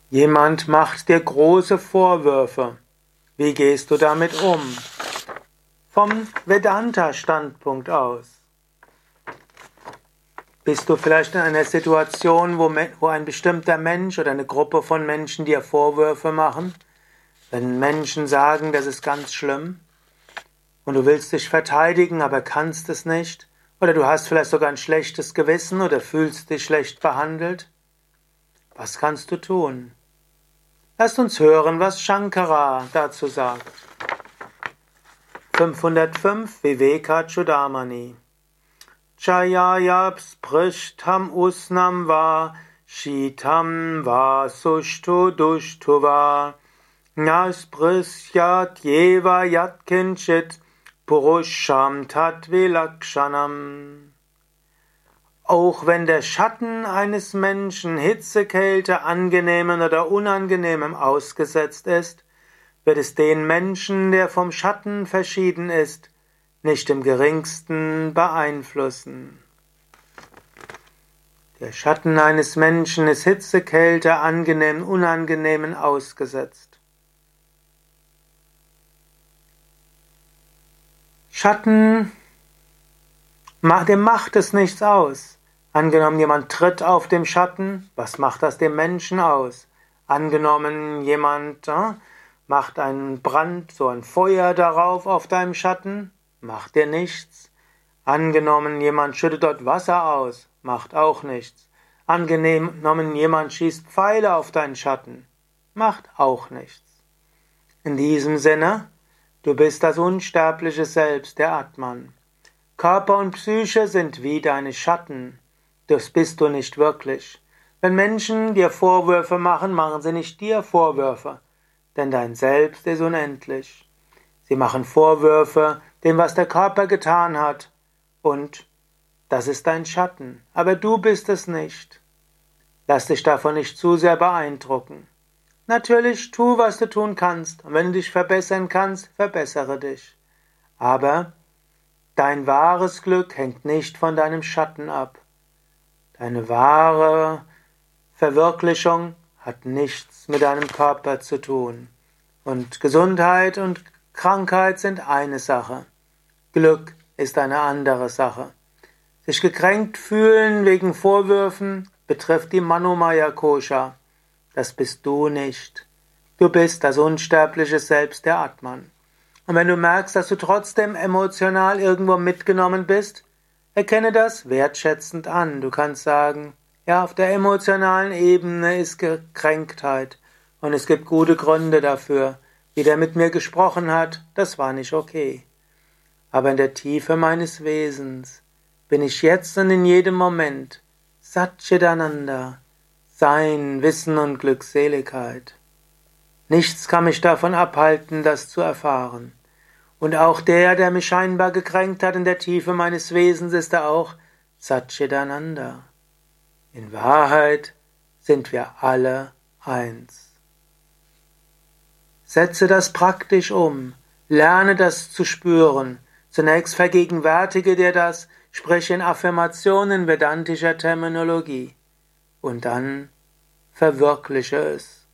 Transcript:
Jemand macht dir große Vorwürfe. Wie gehst du damit um? Vom Vedanta-Standpunkt aus. Bist du vielleicht in einer Situation, wo ein bestimmter Mensch oder eine Gruppe von Menschen dir Vorwürfe machen? Wenn Menschen sagen, das ist ganz schlimm und du willst dich verteidigen, aber kannst es nicht, oder du hast vielleicht sogar ein schlechtes Gewissen oder fühlst dich schlecht behandelt, was kannst du tun? Lasst uns hören, was Shankara dazu sagt. 505 Vivekachudamani Chayaya sprishtham usnam va shitam va sushtu dushtu va nasprishyat yeva yatkinchit purusham tadvilakshanam. Auch wenn der Schatten eines Menschen Hitze, Kälte, angenehmem oder unangenehmem ausgesetzt ist, wird es den Menschen, der vom Schatten verschieden ist, nicht im geringsten beeinflussen. Der Schatten eines Menschen ist Hitze, Kälte, angenehm, unangenehmen ausgesetzt. Schatten, dem macht es nichts aus. Angenommen, jemand tritt auf dem Schatten, was macht das dem Menschen aus? Angenommen, jemand macht einen Brand, so ein Feuer darauf auf deinem Schatten, macht dir nichts. Angenommen, jemand schüttet dort Wasser aus, macht auch nichts. Angenommen, jemand schießt Pfeile auf deinen Schatten, macht auch nichts. In diesem Sinne, du bist das unsterbliche Selbst, der Atman. Körper und Psyche sind wie deine Schatten. Das bist du nicht wirklich. Wenn Menschen dir Vorwürfe machen, machen sie nicht dir Vorwürfe, denn dein Selbst ist unendlich. Sie machen Vorwürfe dem, was der Körper getan hat, und das ist dein Schatten, aber du bist es nicht. Lass dich davon nicht zu sehr beeindrucken. Natürlich, tu, was du tun kannst, und wenn du dich verbessern kannst, verbessere dich. Aber dein wahres Glück hängt nicht von deinem Schatten ab. Deine wahre Verwirklichung hat nichts mit deinem Körper zu tun. Und Gesundheit und Krankheit sind eine Sache. Glück ist eine andere Sache. Sich gekränkt fühlen wegen Vorwürfen betrifft die Manomaya Kosha. Das bist du nicht. Du bist das unsterbliche Selbst, der Atman. Und wenn du merkst, dass du trotzdem emotional irgendwo mitgenommen bist, erkenne das wertschätzend an. Du kannst sagen, ja, auf der emotionalen Ebene ist Gekränktheit und es gibt gute Gründe dafür. Wie der mit mir gesprochen hat, das war nicht okay. Aber in der Tiefe meines Wesens bin ich jetzt und in jedem Moment Satchitananda, Sein, Wissen und Glückseligkeit. Nichts kann mich davon abhalten, das zu erfahren. Und auch der mich scheinbar gekränkt hat in der Tiefe meines Wesens, ist er auch Satchitananda. In Wahrheit sind wir alle eins. Setze das praktisch um, lerne das zu spüren. Zunächst vergegenwärtige dir das, spreche in Affirmationen vedantischer Terminologie und dann verwirkliche es.